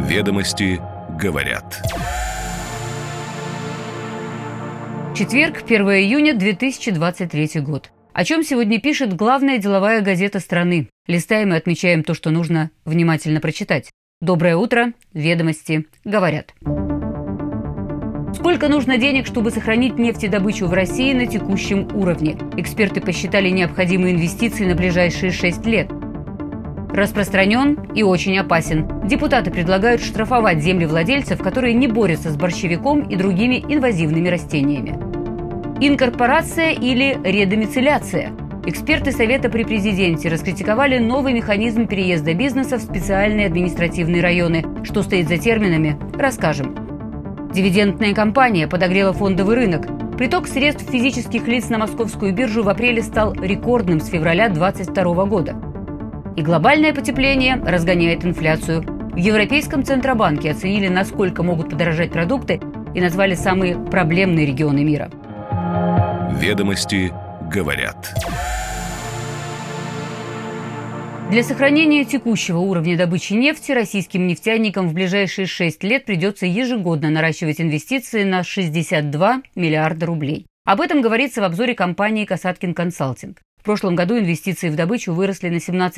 Ведомости говорят. Четверг, 1 июня 2023 год. О чем сегодня пишет главная деловая газета страны? Листаем и отмечаем то, что нужно внимательно прочитать. Доброе утро. Ведомости говорят. Сколько нужно денег, чтобы сохранить нефтедобычу в России на текущем уровне? Эксперты посчитали необходимые инвестиции на ближайшие 6 лет. Распространен и очень опасен. Депутаты предлагают штрафовать землевладельцев, которые не борются с борщевиком и другими инвазивными растениями. Инкорпорация или редомицеляция? Эксперты Совета при президенте раскритиковали новый механизм переезда бизнеса в специальные административные районы. Что стоит за терминами, расскажем. Дивидендная кампания подогрела фондовый рынок. Приток средств физических лиц на московскую биржу в апреле стал рекордным с февраля 2022 года. И глобальное потепление разгоняет инфляцию. В Европейском Центробанке оценили, насколько могут подорожать продукты, и назвали самые проблемные регионы мира. Ведомости говорят. Для сохранения текущего уровня добычи нефти российским нефтяникам в ближайшие 6 лет придется ежегодно наращивать инвестиции на 62 миллиарда рублей. Об этом говорится в обзоре компании «Касаткин Консалтинг». В прошлом году инвестиции в добычу выросли на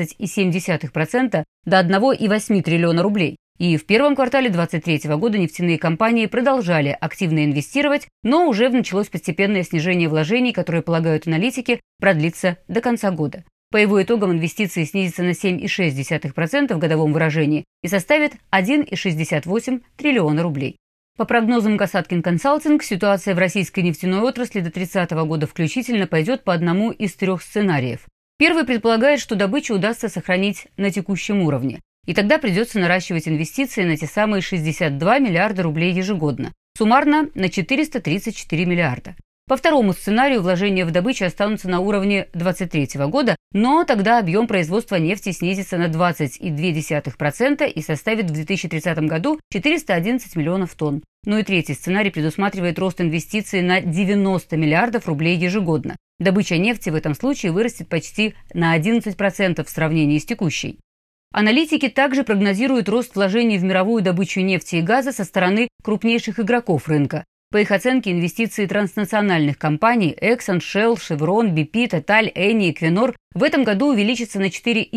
17,7% до 1,8 триллиона рублей. И в первом квартале 2023 года нефтяные компании продолжали активно инвестировать, но уже началось постепенное снижение вложений, которое, полагают аналитики, продлится до конца года. По его итогам инвестиции снизятся на 7,6% в годовом выражении и составят 1,68 триллиона рублей. По прогнозам Касаткин Консалтинг, ситуация в российской нефтяной отрасли до 30 года включительно пойдет по одному из 3 сценариев. Первый предполагает, что добычу удастся сохранить на текущем уровне, и тогда придется наращивать инвестиции на те самые 62 миллиарда рублей ежегодно, суммарно на 434 миллиарда. По второму сценарию вложения в добычу останутся на уровне 2023 года, но тогда объем производства нефти снизится на 20,2% и составит в 2030 году 411 миллионов тонн. Ну и третий сценарий предусматривает рост инвестиций на 90 миллиардов рублей ежегодно. Добыча нефти в этом случае вырастет почти на 11% в сравнении с текущей. Аналитики также прогнозируют рост вложений в мировую добычу нефти и газа со стороны крупнейших игроков рынка. По их оценке, инвестиции транснациональных компаний Exxon, Shell, Chevron, BP, Total, Eni и Equinor в этом году увеличатся на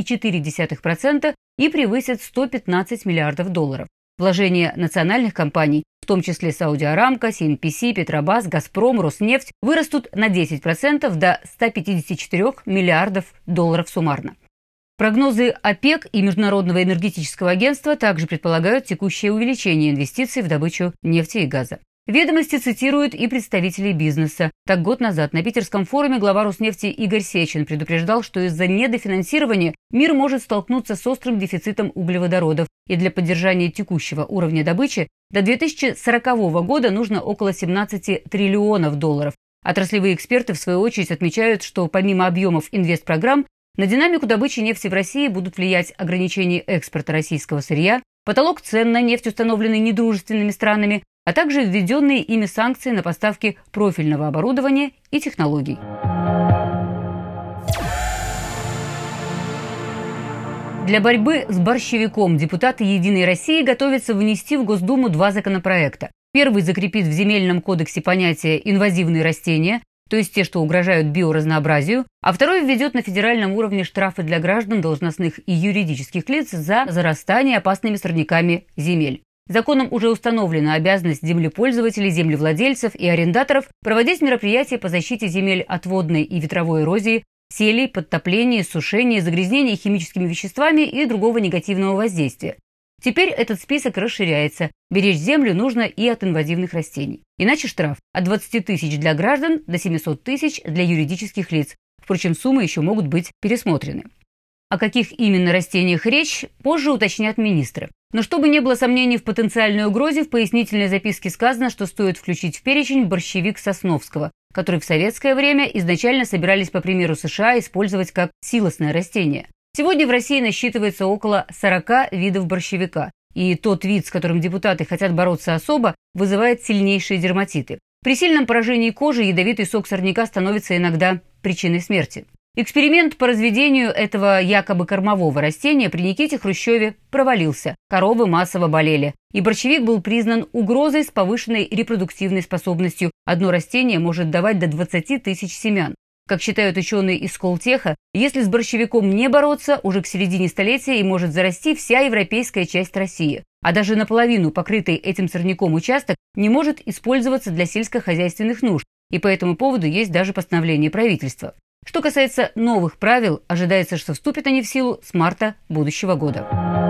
4,4% и превысят 115 миллиардов долларов. Вложения национальных компаний, в том числе Saudi Aramco, CNPC, Petrobras, Газпром, Роснефть, вырастут на 10% до 154 миллиардов долларов суммарно. Прогнозы ОПЕК и Международного энергетического агентства также предполагают текущее увеличение инвестиций в добычу нефти и газа. Ведомости цитируют и представителей бизнеса. Так, год назад на Питерском форуме глава Роснефти Игорь Сечин предупреждал, что из-за недофинансирования мир может столкнуться с острым дефицитом углеводородов, и для поддержания текущего уровня добычи до 2040 года нужно около 17 триллионов долларов. Отраслевые эксперты, в свою очередь, отмечают, что помимо объемов инвестпрограмм, на динамику добычи нефти в России будут влиять ограничения экспорта российского сырья, потолок цен на нефть, установленный недружественными странами, а также введенные ими санкции на поставки профильного оборудования и технологий. Для борьбы с борщевиком депутаты «Единой России» готовятся внести в Госдуму 2 законопроекта. Первый закрепит в Земельном кодексе понятие «инвазивные растения», то есть те, что угрожают биоразнообразию, а второй введет на федеральном уровне штрафы для граждан, должностных и юридических лиц за зарастание опасными сорняками земель. Законом уже установлена обязанность землепользователей, землевладельцев и арендаторов проводить мероприятия по защите земель от водной и ветровой эрозии, селей, подтопления, сушения, загрязнения химическими веществами и другого негативного воздействия. Теперь этот список расширяется. Беречь землю нужно и от инвазивных растений. Иначе штраф от 20 тысяч для граждан до 700 тысяч для юридических лиц. Впрочем, суммы еще могут быть пересмотрены. О каких именно растениях речь, позже уточнят министры. Но чтобы не было сомнений в потенциальной угрозе, в пояснительной записке сказано, что стоит включить в перечень борщевик Сосновского, который в советское время изначально собирались, по примеру США, использовать как силосное растение. Сегодня в России насчитывается около 40 видов борщевика, и тот вид, с которым депутаты хотят бороться особо, вызывает сильнейшие дерматиты. При сильном поражении кожи ядовитый сок сорняка становится иногда причиной смерти. Эксперимент по разведению этого якобы кормового растения при Никите Хрущеве провалился. Коровы массово болели. И борщевик был признан угрозой с повышенной репродуктивной способностью. Одно растение может давать до 20 тысяч семян. Как считают ученые из Сколтеха, если с борщевиком не бороться, уже к середине столетия и может зарасти вся европейская часть России. А даже наполовину покрытый этим сорняком участок не может использоваться для сельскохозяйственных нужд. И по этому поводу есть даже постановление правительства. Что касается новых правил, ожидается, что вступят они в силу с марта будущего года.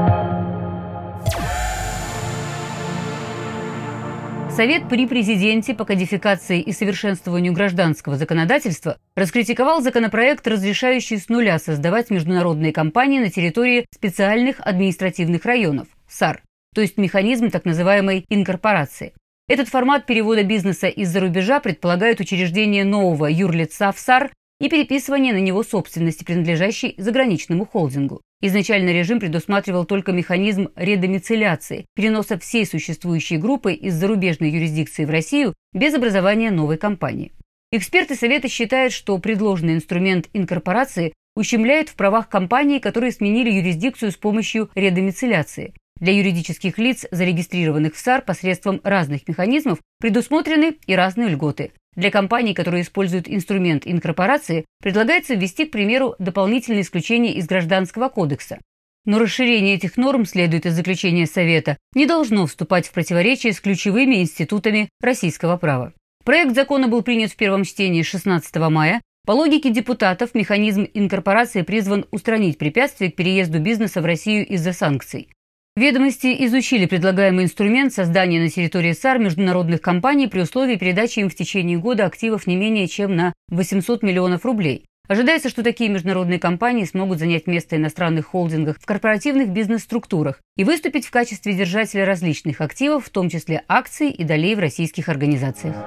Совет при президенте по кодификации и совершенствованию гражданского законодательства раскритиковал законопроект, разрешающий с нуля создавать международные компании на территории специальных административных районов – САР, то есть механизм так называемой инкорпорации. Этот формат перевода бизнеса из-за рубежа предполагает учреждение нового юрлица в САР и переписывание на него собственности, принадлежащей заграничному холдингу. Изначально режим предусматривал только механизм редомицеляции, переноса всей существующей группы из зарубежной юрисдикции в Россию без образования новой компании. Эксперты Совета считают, что предложенный инструмент инкорпорации ущемляет в правах компаний, которые сменили юрисдикцию с помощью редомицеляции. Для юридических лиц, зарегистрированных в САР посредством разных механизмов, предусмотрены и разные льготы. Для компаний, которые используют инструмент инкорпорации, предлагается ввести, к примеру, дополнительные исключения из Гражданского кодекса. Но расширение этих норм, следует из заключения Совета, не должно вступать в противоречие с ключевыми институтами российского права. Проект закона был принят в первом чтении 16 мая. По логике депутатов, механизм инкорпорации призван устранить препятствия к переезду бизнеса в Россию из-за санкций. Ведомости изучили предлагаемый инструмент создания на территории САР международных компаний при условии передачи им в течение года активов не менее чем на 800 миллионов рублей. Ожидается, что такие международные компании смогут занять место иностранных холдингов в корпоративных бизнес-структурах и выступить в качестве держателя различных активов, в том числе акций и долей в российских организациях.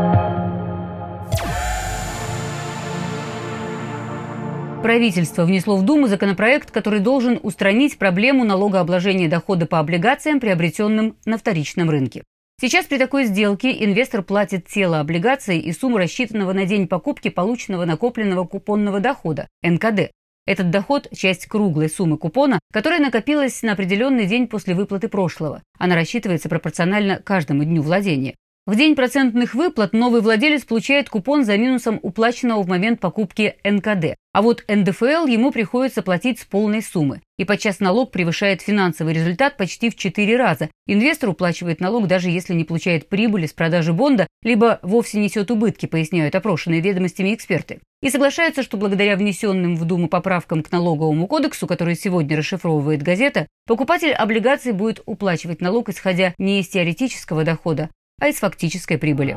Правительство внесло в Думу законопроект, который должен устранить проблему налогообложения дохода по облигациям, приобретенным на вторичном рынке. Сейчас при такой сделке инвестор платит тело облигаций и сумму рассчитанного на день покупки полученного накопленного купонного дохода – НКД. Этот доход – часть круглой суммы купона, которая накопилась на определенный день после выплаты прошлого. Она рассчитывается пропорционально каждому дню владения. В день процентных выплат новый владелец получает купон за минусом уплаченного в момент покупки НКД. А вот НДФЛ ему приходится платить с полной суммы. И подчас налог превышает финансовый результат почти в 4 раза. Инвестор уплачивает налог, даже если не получает прибыли с продажи бонда, либо вовсе несет убытки, поясняют опрошенные ведомостями эксперты. И соглашаются, что благодаря внесенным в Думу поправкам к налоговому кодексу, который сегодня расшифровывает газета, покупатель облигаций будет уплачивать налог, исходя не из теоретического дохода, а из фактической прибыли.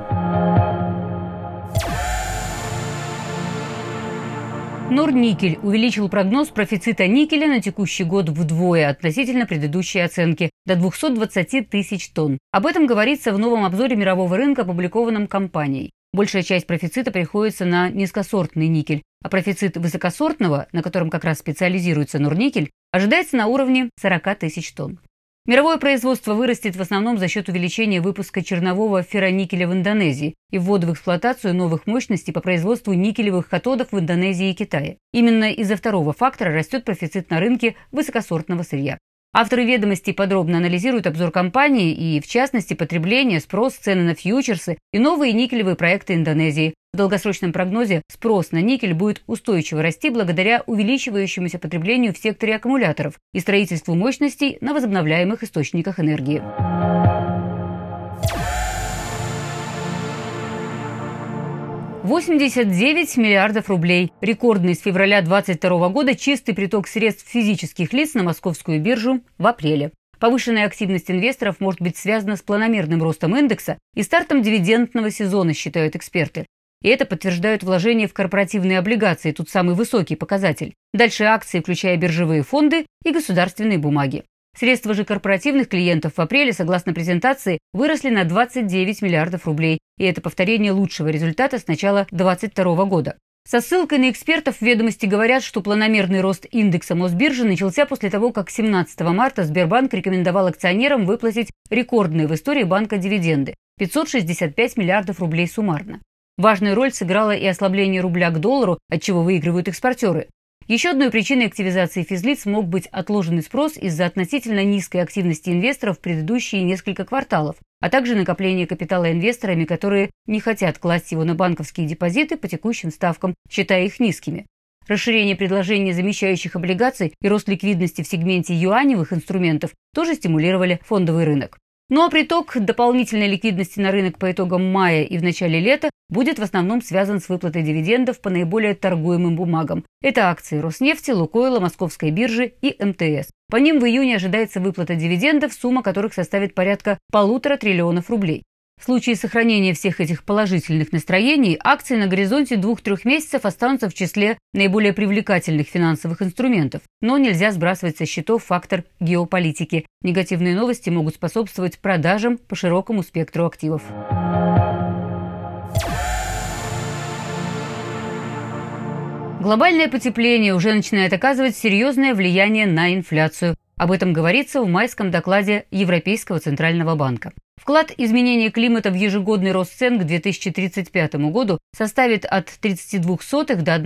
Норникель увеличил прогноз профицита никеля на текущий год вдвое относительно предыдущей оценки – до 220 тысяч тонн. Об этом говорится в новом обзоре мирового рынка, опубликованном компанией. Большая часть профицита приходится на низкосортный никель, а профицит высокосортного, на котором как раз специализируется Норникель, ожидается на уровне 40 тысяч тонн. Мировое производство вырастет в основном за счет увеличения выпуска чернового ферроникеля в Индонезии и ввода в эксплуатацию новых мощностей по производству никелевых катодов в Индонезии и Китае. Именно из-за второго фактора растет профицит на рынке высокосортного сырья. Авторы «Ведомостей» подробно анализируют обзор компании и, в частности, потребление, спрос, цены на фьючерсы и новые никелевые проекты Индонезии. В долгосрочном прогнозе спрос на никель будет устойчиво расти благодаря увеличивающемуся потреблению в секторе аккумуляторов и строительству мощностей на возобновляемых источниках энергии. $89 миллиардов рублей. Рекордный с февраля 2022 года чистый приток средств физических лиц на московскую биржу в апреле. Повышенная активность инвесторов может быть связана с планомерным ростом индекса и стартом дивидендного сезона, считают эксперты. И это подтверждают вложения в корпоративные облигации, тут самый высокий показатель. Дальше акции, включая биржевые фонды и государственные бумаги. Средства же корпоративных клиентов в апреле, согласно презентации, выросли на 29 миллиардов рублей. И это повторение лучшего результата с начала 2022 года. Со ссылкой на экспертов в «Ведомости» говорят, что планомерный рост индекса Мосбиржи начался после того, как 17 марта Сбербанк рекомендовал акционерам выплатить рекордные в истории банка дивиденды – 565 миллиардов рублей суммарно. Важную роль сыграло и ослабление рубля к доллару, от чего выигрывают экспортеры. Еще одной причиной активизации физлиц мог быть отложенный спрос из-за относительно низкой активности инвесторов в предыдущие несколько кварталов, а также накопление капитала инвесторами, которые не хотят класть его на банковские депозиты по текущим ставкам, считая их низкими. Расширение предложения замещающих облигаций и рост ликвидности в сегменте юаневых инструментов тоже стимулировали фондовый рынок. Ну а приток дополнительной ликвидности на рынок по итогам мая и в начале лета будет в основном связан с выплатой дивидендов по наиболее торгуемым бумагам. Это акции Роснефти, Лукойла, Московской биржи и МТС. По ним в июне ожидается выплата дивидендов, сумма которых составит порядка 1,5 триллиона рублей. В случае сохранения всех этих положительных настроений, акции на горизонте 2-3 месяцев останутся в числе наиболее привлекательных финансовых инструментов. Но нельзя сбрасывать со счетов фактор геополитики. Негативные новости могут способствовать продажам по широкому спектру активов. Глобальное потепление уже начинает оказывать серьезное влияние на инфляцию. Об этом говорится в майском докладе Европейского центрального банка. Вклад изменения климата в ежегодный рост цен к 2035 году составит от 0,32 до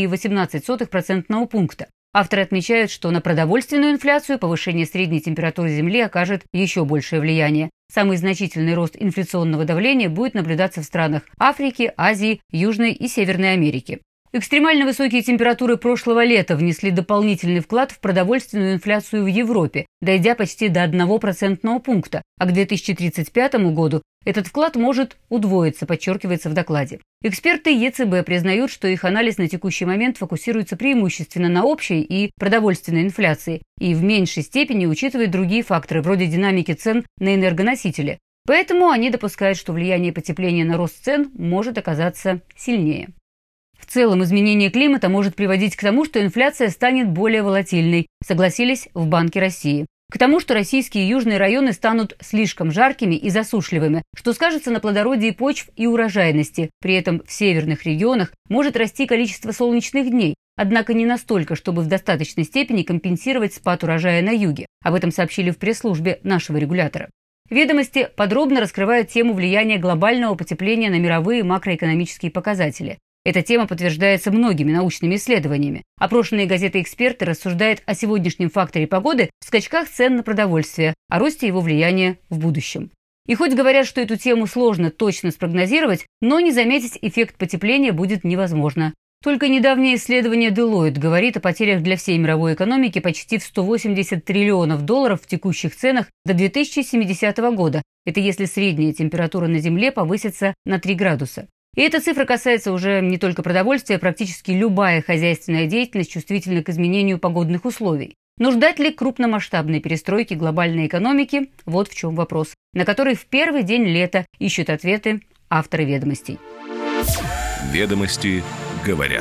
1,18% пункта. Авторы отмечают, что на продовольственную инфляцию повышение средней температуры Земли окажет еще большее влияние. Самый значительный рост инфляционного давления будет наблюдаться в странах Африки, Азии, Южной и Северной Америки. Экстремально высокие температуры прошлого лета внесли дополнительный вклад в продовольственную инфляцию в Европе, дойдя почти до 1% пункта, а к 2035 году этот вклад может удвоиться, подчеркивается в докладе. Эксперты ЕЦБ признают, что их анализ на текущий момент фокусируется преимущественно на общей и продовольственной инфляции и в меньшей степени учитывает другие факторы, вроде динамики цен на энергоносители. Поэтому они допускают, что влияние потепления на рост цен может оказаться сильнее. В целом, изменение климата может приводить к тому, что инфляция станет более волатильной, согласились в Банке России. К тому, что российские южные районы станут слишком жаркими и засушливыми, что скажется на плодородии почв и урожайности. При этом в северных регионах может расти количество солнечных дней, однако не настолько, чтобы в достаточной степени компенсировать спад урожая на юге. Об этом сообщили в пресс-службе нашего регулятора. Ведомости подробно раскрывают тему влияния глобального потепления на мировые макроэкономические показатели. Эта тема подтверждается многими научными исследованиями. Опрошенные газеты-эксперты рассуждают о сегодняшнем факторе погоды в скачках цен на продовольствие, о росте его влияния в будущем. И хоть говорят, что эту тему сложно точно спрогнозировать, но не заметить эффект потепления будет невозможно. Только недавнее исследование Deloitte говорит о потерях для всей мировой экономики почти в 180 триллионов долларов в текущих ценах до 2070 года. Это если средняя температура на Земле повысится на 3 градуса. И эта цифра касается уже не только продовольствия, практически любая хозяйственная деятельность чувствительна к изменению погодных условий. Но ждать ли крупномасштабной перестройки глобальной экономики – вот в чем вопрос, на который в первый день лета ищут ответы авторы «Ведомостей». «Ведомости говорят».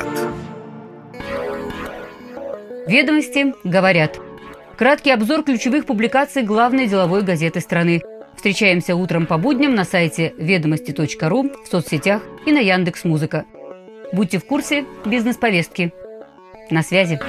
«Ведомости говорят». Краткий обзор ключевых публикаций главной деловой газеты страны. Встречаемся утром по будням на сайте ведомости.ру, в соцсетях и на Яндекс.Музыка. Будьте в курсе бизнес-повестки. На связи.